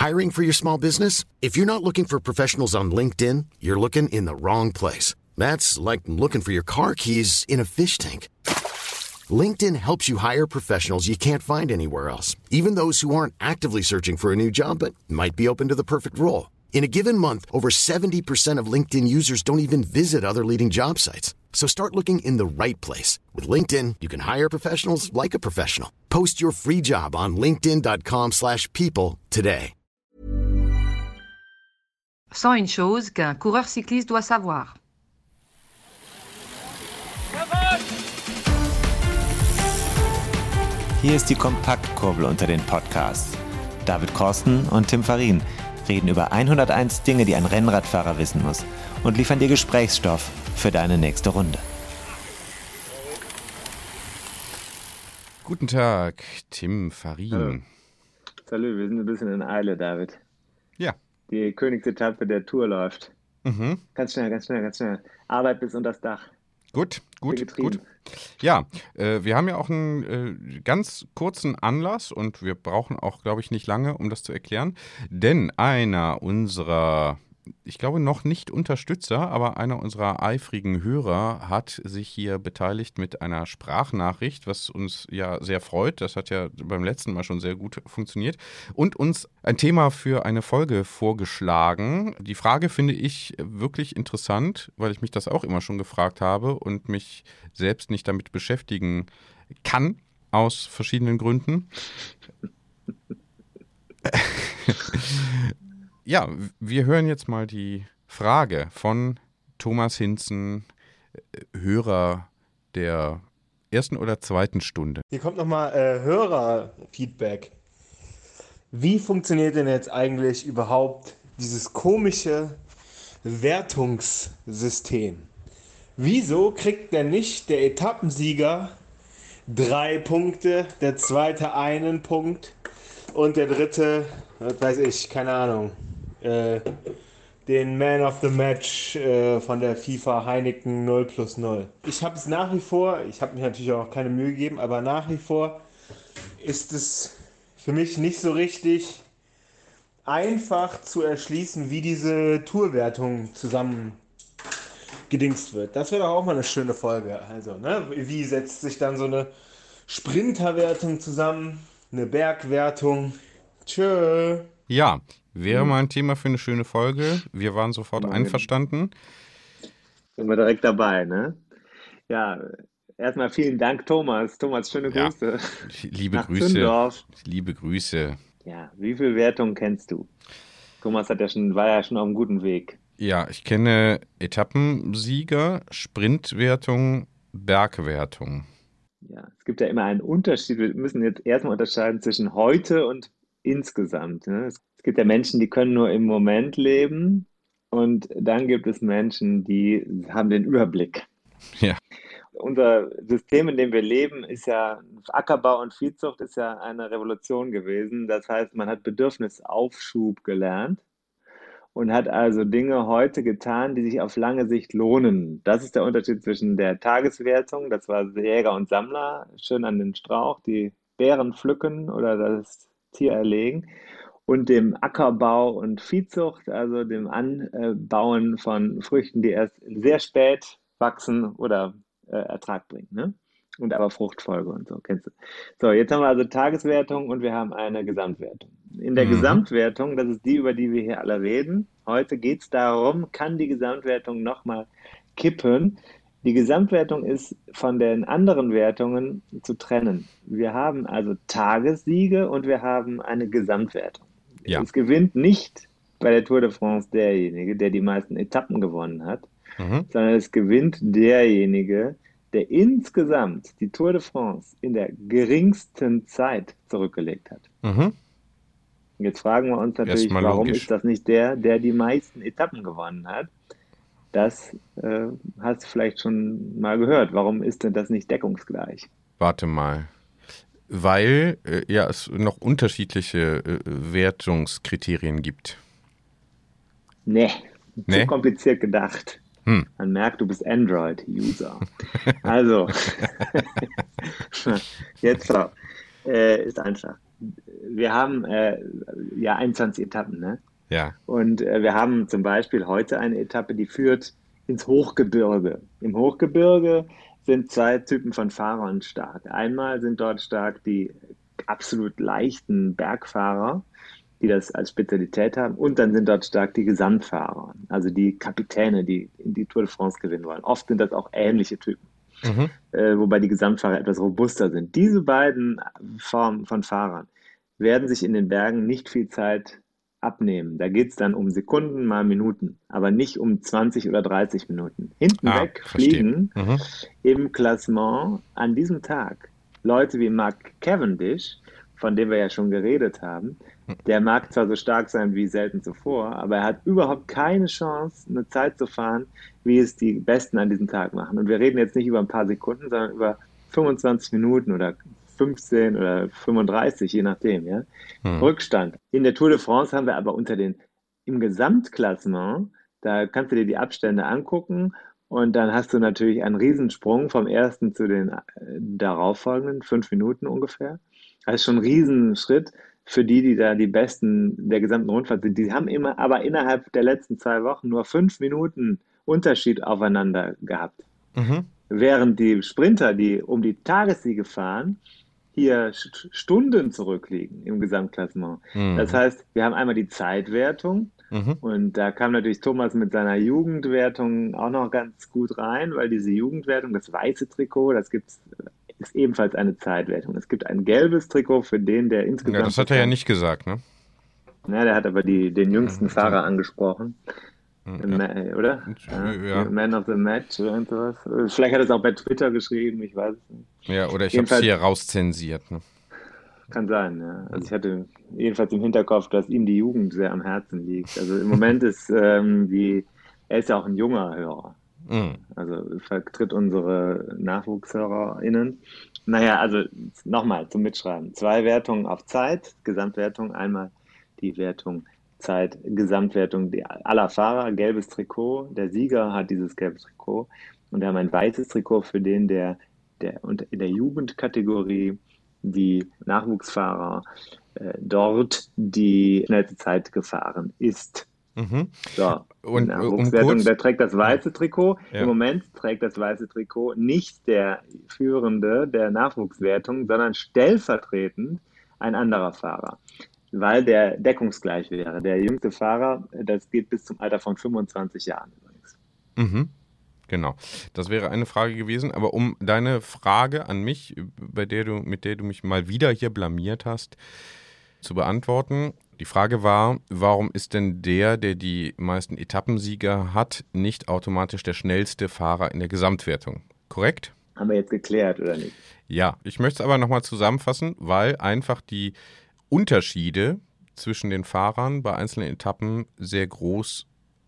Hiring for your small business? If you're not looking for professionals on LinkedIn, you're looking in the wrong place. That's like looking for your car keys in a fish tank. LinkedIn helps you hire professionals you can't find anywhere else, even those who aren't actively searching for a new job but might be open to the perfect role. In a given month, over 70% of LinkedIn users don't even visit other leading job sites. So start looking in the right place. With LinkedIn, you can hire professionals like a professional. Post your free job on linkedin.com/people today. Sans une chose qu'un coureur cycliste doit savoir. Hier ist die Kompaktkurbel unter den Podcasts. David Korsten und Tim Farin reden über 101 Dinge, die ein Rennradfahrer wissen muss und liefern dir Gesprächsstoff für deine nächste Runde. Guten Tag, Tim Farin. Hallo. Salut, wir sind ein bisschen in Eile, David. Ja. Die Königsetappe der Tour läuft. Ganz schnell. Arbeit bis unter das Dach. Gut. Ja, wir haben ja auch einen ganz kurzen Anlass und wir brauchen auch, glaube ich, nicht lange, um das zu erklären. Denn einer unserer, ich glaube noch nicht Unterstützer, aber einer unserer eifrigen Hörer hat sich hier beteiligt mit einer Sprachnachricht, was uns ja sehr freut. Das hat ja beim letzten Mal schon sehr gut funktioniert. Und uns ein Thema für eine Folge vorgeschlagen. Die Frage finde ich wirklich interessant, weil ich mich das auch immer schon gefragt habe und mich selbst nicht damit beschäftigen kann, aus verschiedenen Gründen. Ja, wir hören jetzt mal die Frage von Thomas Hinzen, Hörer der ersten oder zweiten Stunde. Hier kommt nochmal Hörerfeedback. Wie funktioniert denn jetzt eigentlich überhaupt dieses komische Wertungssystem? Wieso kriegt denn nicht der Etappensieger 3 Punkte, der zweite einen Punkt und der dritte, was weiß ich, keine Ahnung, den Man of the Match von der FIFA Heineken 0+0. Ich habe es nach wie vor, ich habe mir natürlich auch keine Mühe gegeben, aber nach wie vor ist es für mich nicht so richtig einfach zu erschließen, wie diese Tourwertung zusammen gedingst wird. Das wäre doch auch mal eine schöne Folge. Also, ne? Wie setzt sich dann so eine Sprinterwertung zusammen, eine Bergwertung? Tschö. Ja, wäre mal ein Thema für eine schöne Folge. Wir waren sofort einverstanden. Sind wir direkt dabei, ne? Ja, erstmal vielen Dank, Thomas. Thomas, schöne Grüße. Liebe nach Grüße. Zündorf. Liebe Grüße. Ja, wie viele Wertungen kennst du? Thomas war ja schon auf einem guten Weg. Ja, ich kenne Etappensieger, Sprintwertung, Bergwertung. Ja, es gibt ja immer einen Unterschied. Wir müssen jetzt erstmal unterscheiden zwischen heute und insgesamt. Ne? Es gibt ja Menschen, die können nur im Moment leben und dann gibt es Menschen, die haben den Überblick. Ja. Unser System, in dem wir leben, ist ja Ackerbau und Viehzucht ist ja eine Revolution gewesen. Das heißt, man hat Bedürfnisaufschub gelernt und hat also Dinge heute getan, die sich auf lange Sicht lohnen. Das ist der Unterschied zwischen der Tageswertung, das war Jäger und Sammler, schön an den Strauch, die Beeren pflücken oder das Tier erlegen, und dem Ackerbau und Viehzucht, also dem Anbauen von Früchten, die erst sehr spät wachsen oder Ertrag bringen, ne? Und aber Fruchtfolge und so, kennst du. So, jetzt haben wir also Tageswertung und wir haben eine Gesamtwertung. In der Gesamtwertung, das ist die, über die wir hier alle reden, heute geht es darum, kann die Gesamtwertung nochmal kippen? Die Gesamtwertung ist von den anderen Wertungen zu trennen. Wir haben also Tagessiege und wir haben eine Gesamtwertung. Ja. Es gewinnt nicht bei der Tour de France derjenige, der die meisten Etappen gewonnen hat, sondern es gewinnt derjenige, der insgesamt die Tour de France in der geringsten Zeit zurückgelegt hat. Jetzt fragen wir uns natürlich, warum ist das nicht der die meisten Etappen gewonnen hat? Das hast du vielleicht schon mal gehört. Warum ist denn das nicht deckungsgleich? Warte mal. Weil es noch unterschiedliche Wertungskriterien gibt. Nee, zu kompliziert gedacht. Man merkt, du bist Android-User. Also, jetzt ist einfach. wir haben ja 21 Etappen, ne? Ja. Und wir haben zum Beispiel heute eine Etappe, die führt ins Hochgebirge. Im Hochgebirge sind zwei Typen von Fahrern stark. Einmal sind dort stark die absolut leichten Bergfahrer, die das als Spezialität haben. Und dann sind dort stark die Gesamtfahrer, also die Kapitäne, die in die Tour de France gewinnen wollen. Oft sind das auch ähnliche Typen, wobei die Gesamtfahrer etwas robuster sind. Diese beiden Formen von Fahrern werden sich in den Bergen nicht viel Zeit abnehmen. Da geht es dann um Sekunden mal Minuten, aber nicht um 20 oder 30 Minuten. Hinten weg fliegen im Klassement an diesem Tag Leute wie Mark Cavendish, von dem wir ja schon geredet haben. Der mag zwar so stark sein wie selten zuvor, aber er hat überhaupt keine Chance, eine Zeit zu fahren, wie es die Besten an diesem Tag machen. Und wir reden jetzt nicht über ein paar Sekunden, sondern über 25 Minuten oder 15 oder 35, je nachdem. Ja? Rückstand. In der Tour de France haben wir aber im Gesamtklassement, da kannst du dir die Abstände angucken und dann hast du natürlich einen Riesensprung vom ersten zu den darauffolgenden 5 Minuten ungefähr. Das ist schon ein Riesenschritt für die da die Besten der gesamten Rundfahrt sind. Die haben immer aber innerhalb der letzten 2 Wochen nur 5 Minuten Unterschied aufeinander gehabt. Während die Sprinter, die um die Tagessiege fahren, hier Stunden zurückliegen im Gesamtklassement. Das heißt, wir haben einmal die Zeitwertung und da kam natürlich Thomas mit seiner Jugendwertung auch noch ganz gut rein, weil diese Jugendwertung, das weiße Trikot, ist ebenfalls eine Zeitwertung. Es gibt ein gelbes Trikot für den, der insgesamt... Ja, das hat er ja nicht gesagt, ne? Ja, der hat aber den jüngsten Fahrer angesprochen. Oder? Ja. Man of the Match oder sowas. Vielleicht hat er es auch bei Twitter geschrieben, ich weiß es nicht. Ja, oder ich habe es hier rauszensiert. Ne? Kann sein, ja. Also ich hatte jedenfalls im Hinterkopf, dass ihm die Jugend sehr am Herzen liegt. Also im Moment ist er ist ja auch ein junger Hörer. Also vertritt unsere NachwuchshörerInnen. Naja, also nochmal zum Mitschreiben. 2 Wertungen auf Zeit, Gesamtwertung, einmal die Wertung Zeit, Gesamtwertung aller Fahrer, gelbes Trikot. Der Sieger hat dieses gelbe Trikot. Und wir haben ein weißes Trikot für den, der in der Jugendkategorie die Nachwuchsfahrer dort die schnellste Zeit gefahren ist. So, und Nachwuchswertung, der trägt das weiße Trikot. Ja. Im Moment trägt das weiße Trikot nicht der Führende der Nachwuchswertung, sondern stellvertretend ein anderer Fahrer, weil der deckungsgleich wäre. Der jüngste Fahrer, das geht bis zum Alter von 25 Jahren übrigens. Genau, das wäre eine Frage gewesen. Aber um deine Frage an mich, mit der du mich mal wieder hier blamiert hast, zu beantworten. Die Frage war, warum ist denn der die meisten Etappensieger hat, nicht automatisch der schnellste Fahrer in der Gesamtwertung? Korrekt? Haben wir jetzt geklärt, oder nicht? Ja, ich möchte es aber nochmal zusammenfassen, weil einfach die Unterschiede zwischen den Fahrern bei einzelnen Etappen sehr groß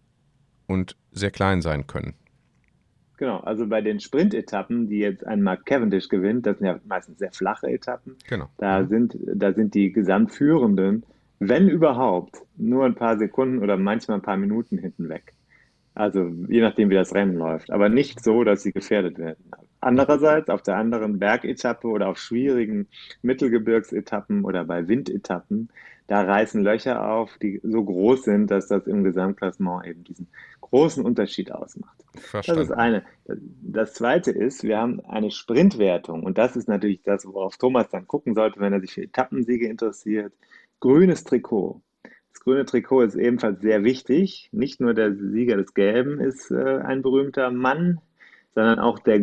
und sehr klein sein können. Genau, also bei den Sprintetappen, die jetzt ein Mark Cavendish gewinnt, das sind ja meistens sehr flache Etappen, genau. Da sind die Gesamtführenden, wenn überhaupt, nur ein paar Sekunden oder manchmal ein paar Minuten hinten weg. Also je nachdem, wie das Rennen läuft, aber nicht so, dass sie gefährdet werden. Andererseits auf der anderen Bergetappe oder auf schwierigen Mittelgebirgsetappen oder bei Windetappen, da reißen Löcher auf, die so groß sind, dass das im Gesamtklassement eben diesen großen Unterschied ausmacht. Verstanden. Das ist eine. Das zweite ist, wir haben eine Sprintwertung und das ist natürlich das, worauf Thomas dann gucken sollte, wenn er sich für Etappensiege interessiert. Grünes Trikot. Das grüne Trikot ist ebenfalls sehr wichtig. Nicht nur der Sieger des Gelben ist ein berühmter Mann, sondern auch der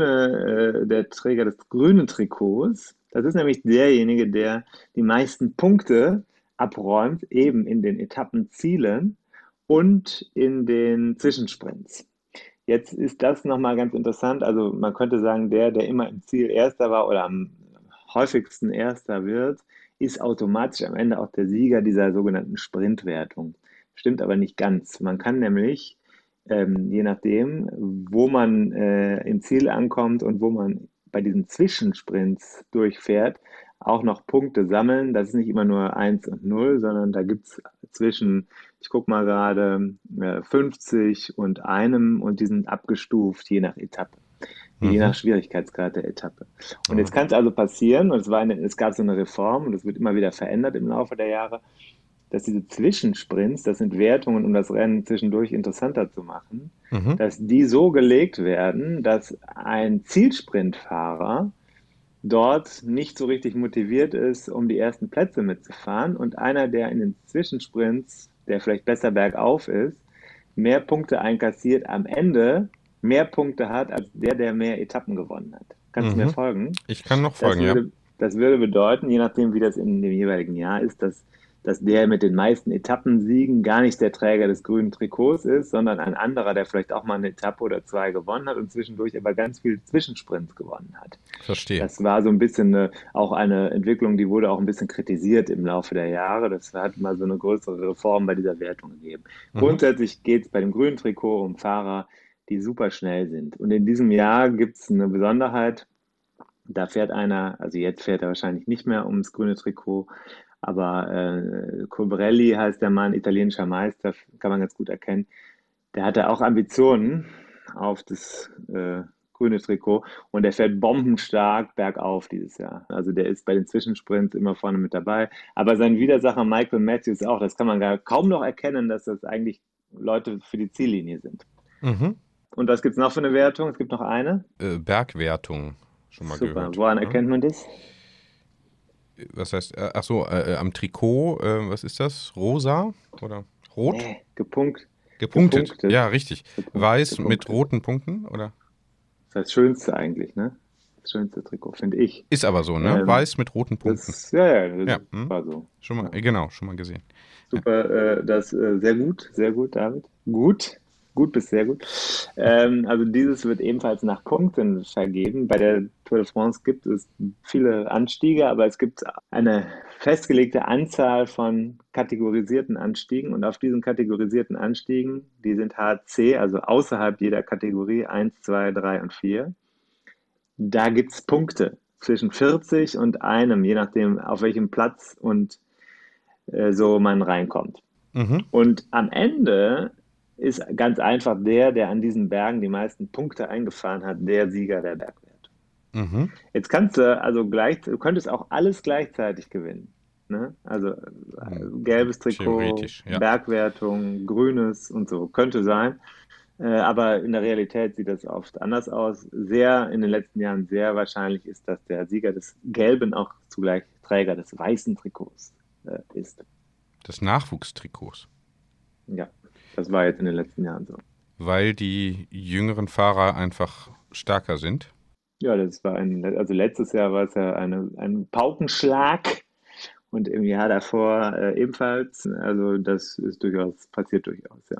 Träger des grünen Trikots. Das ist nämlich derjenige, der die meisten Punkte abräumt, eben in den Etappenzielen und in den Zwischensprints. Jetzt ist das nochmal ganz interessant. Also man könnte sagen, der immer im Ziel Erster war oder am häufigsten Erster wird, ist automatisch am Ende auch der Sieger dieser sogenannten Sprintwertung. Stimmt aber nicht ganz. Man kann nämlich, je nachdem, wo man im Ziel ankommt und wo man bei diesen Zwischensprints durchfährt, auch noch Punkte sammeln. Das ist nicht immer nur 1 und 0, sondern da gibt es zwischen, ich gucke mal gerade, 50 und einem und die sind abgestuft je nach Etappe. je nach Schwierigkeitsgrad der Etappe. Und jetzt kann es also passieren, und es gab so eine Reform, und es wird immer wieder verändert im Laufe der Jahre, dass diese Zwischensprints, das sind Wertungen, um das Rennen zwischendurch interessanter zu machen, dass die so gelegt werden, dass ein Zielsprintfahrer dort nicht so richtig motiviert ist, um die ersten Plätze mitzufahren, und einer, der in den Zwischensprints, der vielleicht besser bergauf ist, mehr Punkte einkassiert, am Ende mehr Punkte hat als der mehr Etappen gewonnen hat. Kannst du mir folgen? Ich kann noch folgen, Das würde bedeuten, je nachdem, wie das in dem jeweiligen Jahr ist, dass der mit den meisten Etappensiegen gar nicht der Träger des grünen Trikots ist, sondern ein anderer, der vielleicht auch mal eine Etappe oder zwei gewonnen hat und zwischendurch aber ganz viele Zwischensprints gewonnen hat. Verstehe. Das war so ein bisschen auch eine Entwicklung, die wurde auch ein bisschen kritisiert im Laufe der Jahre. Das hat mal so eine größere Reform bei dieser Wertung gegeben. Grundsätzlich geht es bei dem grünen Trikot um Fahrer, die super schnell sind. Und in diesem Jahr gibt es eine Besonderheit. Da fährt einer, also jetzt fährt er wahrscheinlich nicht mehr ums grüne Trikot, aber Colbrelli heißt der Mann, italienischer Meister, kann man ganz gut erkennen. Der hatte auch Ambitionen auf das grüne Trikot und der fährt bombenstark bergauf dieses Jahr. Also der ist bei den Zwischensprints immer vorne mit dabei. Aber sein Widersacher Michael Matthews auch, das kann man kaum noch erkennen, dass das eigentlich Leute für die Ziellinie sind. Und was gibt es noch für eine Wertung? Es gibt noch eine. Bergwertung, schon mal Super. gehört. Woran erkennt man das? Was heißt, am Trikot, was ist das? Rosa oder rot? Nee, Gepunktet. Ja, richtig. Weiß gepunktet. mit roten Punkten, oder? Das ist das Schönste eigentlich, ne? Das schönste Trikot, finde ich. Ist aber so, ne? Weiß mit roten Punkten. Das war so. Schon mal, genau, schon mal gesehen. Super, sehr gut, David. Gut bis sehr gut. Also dieses wird ebenfalls nach Punkten vergeben. Bei der Tour de France gibt es viele Anstiege, aber es gibt eine festgelegte Anzahl von kategorisierten Anstiegen, und auf diesen kategorisierten Anstiegen, die sind HC, also außerhalb jeder Kategorie 1, 2, 3 und 4, da gibt es Punkte zwischen 40 und einem, je nachdem auf welchem Platz und so man reinkommt. Und am Ende ist ganz einfach der an diesen Bergen die meisten Punkte eingefahren hat, der Sieger der Bergwertung. Jetzt du könntest auch alles gleichzeitig gewinnen. Ne? Also gelbes Trikot, ja. Bergwertung, grünes und so, könnte sein. Aber in der Realität sieht das oft anders aus. In den letzten Jahren sehr wahrscheinlich ist, dass der Sieger des gelben auch zugleich Träger des weißen Trikots ist. Des Nachwuchstrikots. Ja. Das war jetzt in den letzten Jahren so. Weil die jüngeren Fahrer einfach stärker sind? Ja, also letztes Jahr war es ja ein Paukenschlag und im Jahr davor ebenfalls. Also das ist passiert durchaus, ja.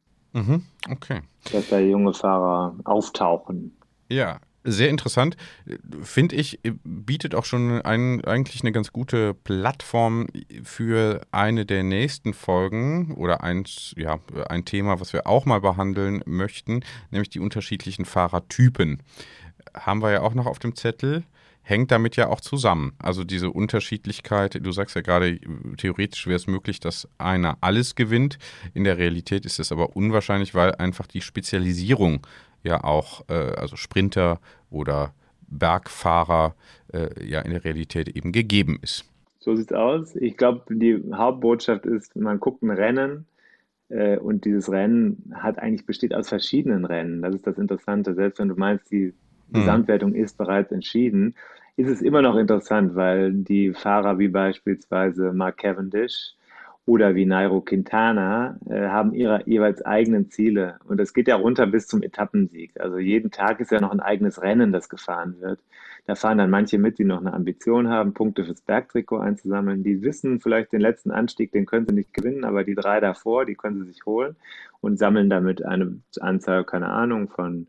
Okay. Dass da junge Fahrer auftauchen. Ja, sehr interessant. Finde ich, bietet auch schon eigentlich eine ganz gute Plattform für eine der nächsten Folgen oder ein Thema, was wir auch mal behandeln möchten, nämlich die unterschiedlichen Fahrertypen. Haben wir ja auch noch auf dem Zettel, hängt damit ja auch zusammen. Also diese Unterschiedlichkeit, du sagst ja gerade, theoretisch wäre es möglich, dass einer alles gewinnt. In der Realität ist es aber unwahrscheinlich, weil einfach die Spezialisierung ja auch, also Sprinter oder Bergfahrer in der Realität eben gegeben ist. So sieht's aus. Ich glaube, die Hauptbotschaft ist, man guckt ein Rennen und dieses Rennen besteht aus verschiedenen Rennen. Das ist das Interessante. Selbst wenn du meinst, die Gesamtwertung ist bereits entschieden, ist es immer noch interessant, weil die Fahrer wie beispielsweise Mark Cavendish oder wie Nairo Quintana haben ihre jeweils eigenen Ziele. Und das geht ja runter bis zum Etappensieg. Also jeden Tag ist ja noch ein eigenes Rennen, das gefahren wird. Da fahren dann manche mit, die noch eine Ambition haben, Punkte fürs Bergtrikot einzusammeln. Die wissen vielleicht den letzten Anstieg, den können sie nicht gewinnen, aber die 3 davor, die können sie sich holen und sammeln damit eine Anzahl, keine Ahnung, von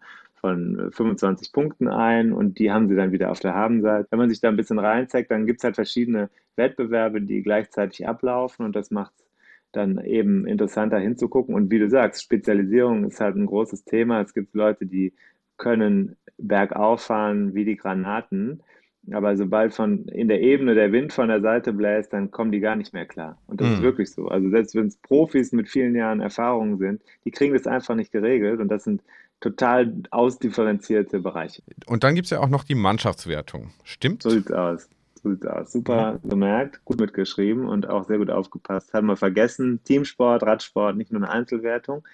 25 Punkten ein, und die haben sie dann wieder auf der Habenseite. Wenn man sich da ein bisschen reinzeigt, dann gibt es halt verschiedene Wettbewerbe, die gleichzeitig ablaufen, und das macht es dann eben interessanter hinzugucken. Und wie du sagst, Spezialisierung ist halt ein großes Thema. Es gibt Leute, die können bergauf fahren wie die Granaten, aber sobald in der Ebene der Wind von der Seite bläst, dann kommen die gar nicht mehr klar. Und das ist wirklich so. Also selbst wenn es Profis mit vielen Jahren Erfahrung sind, die kriegen das einfach nicht geregelt, und das sind total ausdifferenzierte Bereiche. Und dann gibt es ja auch noch die Mannschaftswertung. Stimmt? So sieht's aus. Super gemerkt, gut mitgeschrieben und auch sehr gut aufgepasst. Haben wir vergessen, Teamsport, Radsport, nicht nur eine Einzelwertung.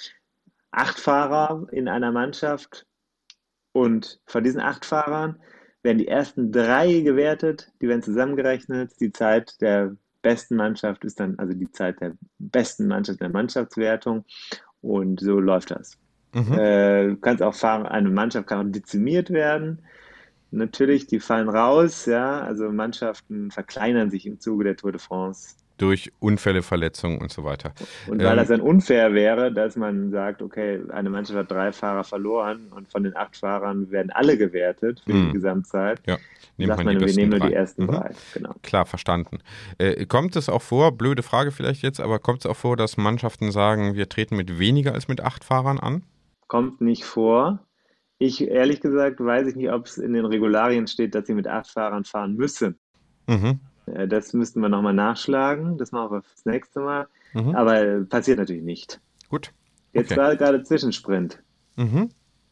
8 Fahrer in einer Mannschaft und von diesen 8 Fahrern werden die ersten 3 gewertet, die werden zusammengerechnet. Die Zeit der besten Mannschaft ist dann, also die Zeit der besten Mannschaft in der Mannschaftswertung und so läuft das. Du kannst auch eine Mannschaft kann auch dezimiert werden. Natürlich, die fallen raus, ja, also Mannschaften verkleinern sich im Zuge der Tour de France. Durch Unfälle, Verletzungen und so weiter. Und weil das dann unfair wäre, dass man sagt, okay, eine Mannschaft hat 3 Fahrer verloren und von den 8 Fahrern werden alle gewertet für die Gesamtzeit. Ja, sagt man, wir nehmen nur die ersten 3. Genau. Klar, verstanden. Kommt es auch vor, blöde Frage vielleicht jetzt, aber kommt es auch vor, dass Mannschaften sagen, wir treten mit weniger als mit 8 Fahrern an? Kommt nicht vor. Ich, ehrlich gesagt, weiß ich nicht, ob es in den Regularien steht, dass sie mit 8 Fahrern fahren müssen. Das müssten wir nochmal nachschlagen. Das machen wir das nächste Mal. Aber passiert natürlich nicht. Gut. Jetzt war gerade Zwischensprint. In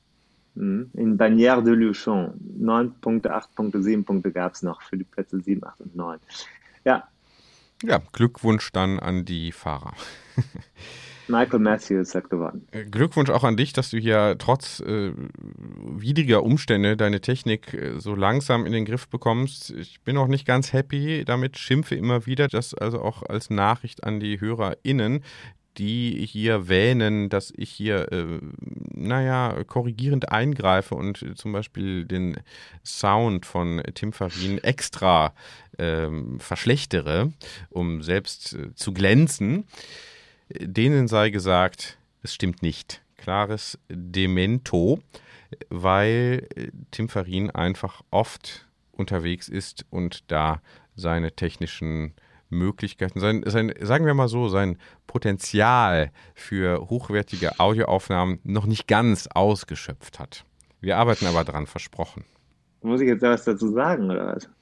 Bagnères de Luchon. 9 Punkte, 8 Punkte, 7 Punkte gab es noch für die Plätze 7, 8 und 9. Ja. Ja, Glückwunsch dann an die Fahrer. Michael Matthews hat gewonnen. Glückwunsch auch an dich, dass du hier trotz widriger Umstände deine Technik so langsam in den Griff bekommst. Ich bin auch nicht ganz happy damit, schimpfe immer wieder, das also auch als Nachricht an die HörerInnen, die hier wähnen, dass ich hier, korrigierend eingreife und zum Beispiel den Sound von Tim Farin extra verschlechtere, um selbst zu glänzen. Denen sei gesagt, es stimmt nicht. Klares Demento, weil Tim Farin einfach oft unterwegs ist und da seine technischen Möglichkeiten, sagen wir mal so, sein Potenzial für hochwertige Audioaufnahmen noch nicht ganz ausgeschöpft hat. Wir arbeiten aber dran, versprochen. Muss ich jetzt was dazu sagen, oder was?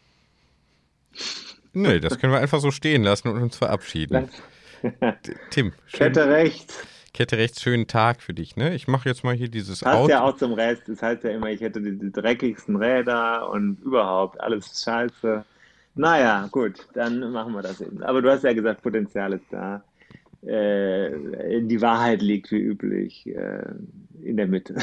Nö, das können wir einfach so stehen lassen und uns verabschieden. Tim, Kette rechts, schönen Tag für dich, ne? Ich mache jetzt mal hier dieses Auto. Ja auch zum Rest, das heißt ja immer, ich hätte die dreckigsten Räder und überhaupt alles scheiße. Naja, gut, dann machen wir das eben. Aber du hast ja gesagt, Potenzial ist da. Die Wahrheit liegt wie üblich in der Mitte.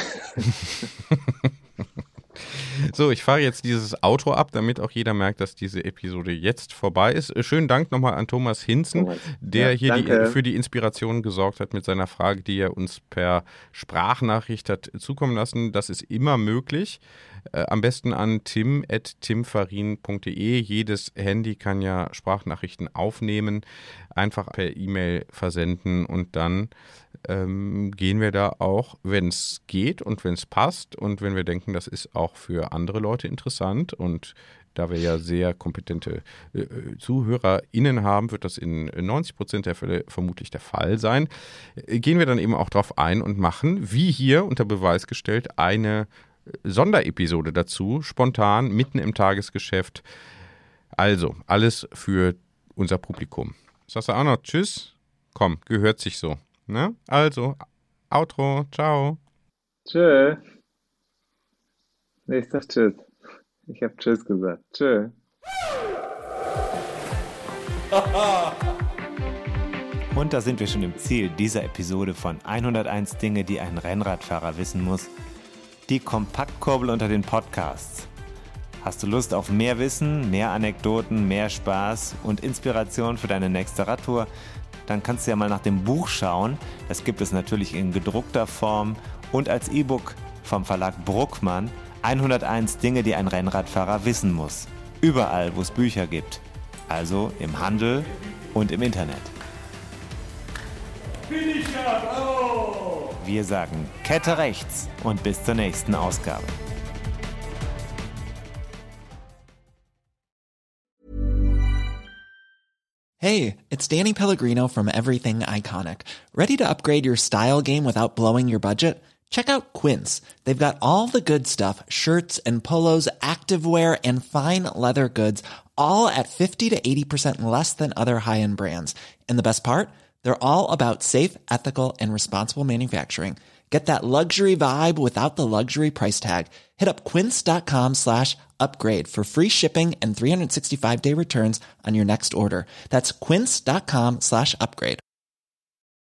So, ich fahre jetzt dieses Outro ab, damit auch jeder merkt, dass diese Episode jetzt vorbei ist. Schönen Dank nochmal an Thomas Hinzen, der hier für die Inspiration gesorgt hat mit seiner Frage, die er uns per Sprachnachricht hat zukommen lassen. Das ist immer möglich. Am besten an tim@timfarin.de. Jedes Handy kann ja Sprachnachrichten aufnehmen, einfach per E-Mail versenden und dann gehen wir da auch, wenn es geht und wenn es passt und wenn wir denken, das ist auch für andere Leute interessant und da wir ja sehr kompetente ZuhörerInnen haben, wird das in 90% der Fälle vermutlich der Fall sein, gehen wir dann eben auch drauf ein und machen, wie hier unter Beweis gestellt, eine Sonderepisode dazu, spontan, mitten im Tagesgeschäft. Also, alles für unser Publikum. Sagst du auch noch Tschüss? Komm, gehört sich so. Ne? Also, Outro, ciao. Tschö. Ich sag Tschüss. Ich hab Tschüss gesagt. Tschö. Und da sind wir schon im Ziel dieser Episode von 101 Dinge, die ein Rennradfahrer wissen muss. Die Kompaktkurbel unter den Podcasts. Hast du Lust auf mehr Wissen, mehr Anekdoten, mehr Spaß und Inspiration für deine nächste Radtour? Dann kannst du ja mal nach dem Buch schauen. Das gibt es natürlich in gedruckter Form und als E-Book vom Verlag Bruckmann. 101 Dinge, die ein Rennradfahrer wissen muss. Überall, wo es Bücher gibt. Also im Handel und im Internet. Wir sagen Kette rechts und bis zur nächsten Ausgabe. Hey, it's Danny Pellegrino from Everything Iconic. Ready to upgrade your style game without blowing your budget? Check out Quince. They've got all the good stuff, shirts and polos, activewear and fine leather goods, all at 50 to 80% less than other high-end brands. And the best part? They're all about safe, ethical, and responsible manufacturing. Get that luxury vibe without the luxury price tag. Hit up quince.com/upgrade for free shipping and 365-day returns on your next order. That's quince.com/upgrade.